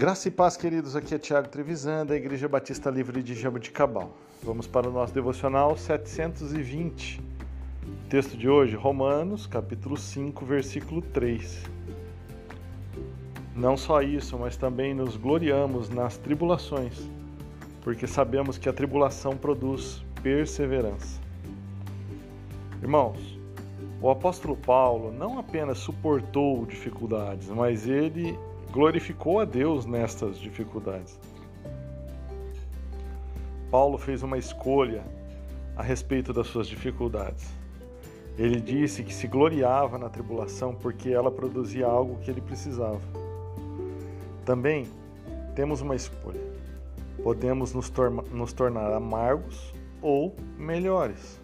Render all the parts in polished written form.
Graça e paz, queridos, aqui é Tiago Trevisan, da Igreja Batista Livre de Jaboticabal. Vamos para o nosso devocional 720. O texto de hoje, Romanos, capítulo 5, versículo 3. Não só isso, mas também nos gloriamos nas tribulações, porque sabemos que a tribulação produz perseverança. Irmãos, o apóstolo Paulo não apenas suportou dificuldades, mas ele glorificou a Deus nestas dificuldades. Paulo fez uma escolha a respeito das suas dificuldades. Ele disse que se gloriava na tribulação porque ela produzia algo que ele precisava. Também temos uma escolha. Podemos nos tornar amargos ou melhores.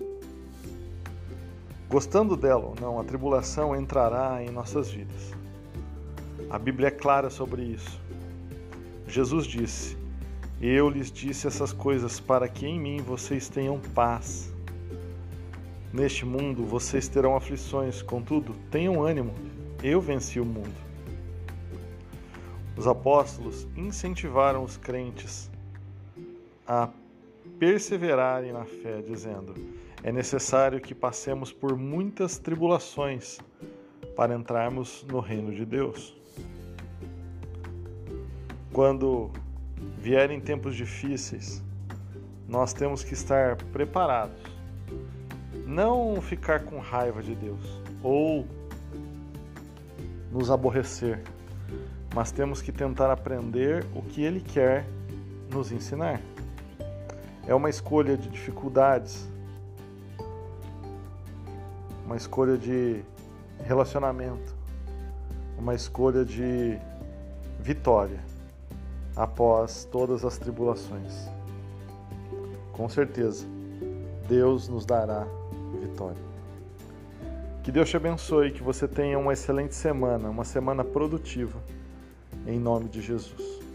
Gostando dela ou não, a tribulação entrará em nossas vidas. A Bíblia é clara sobre isso. Jesus disse: "Eu lhes disse essas coisas para que em mim vocês tenham paz. Neste mundo vocês terão aflições, contudo, tenham ânimo, eu venci o mundo." Os apóstolos incentivaram os crentes a perseverarem na fé, dizendo: "É necessário que passemos por muitas tribulações para entrarmos no reino de Deus." Quando vierem tempos difíceis, nós temos que estar preparados. Não ficar com raiva de Deus ou nos aborrecer, mas temos que tentar aprender o que Ele quer nos ensinar. É uma escolha de dificuldades, uma escolha de relacionamento, uma escolha de vitória após todas as tribulações. Com certeza, Deus nos dará vitória. Que Deus te abençoe, que você tenha uma excelente semana, uma semana produtiva, em nome de Jesus.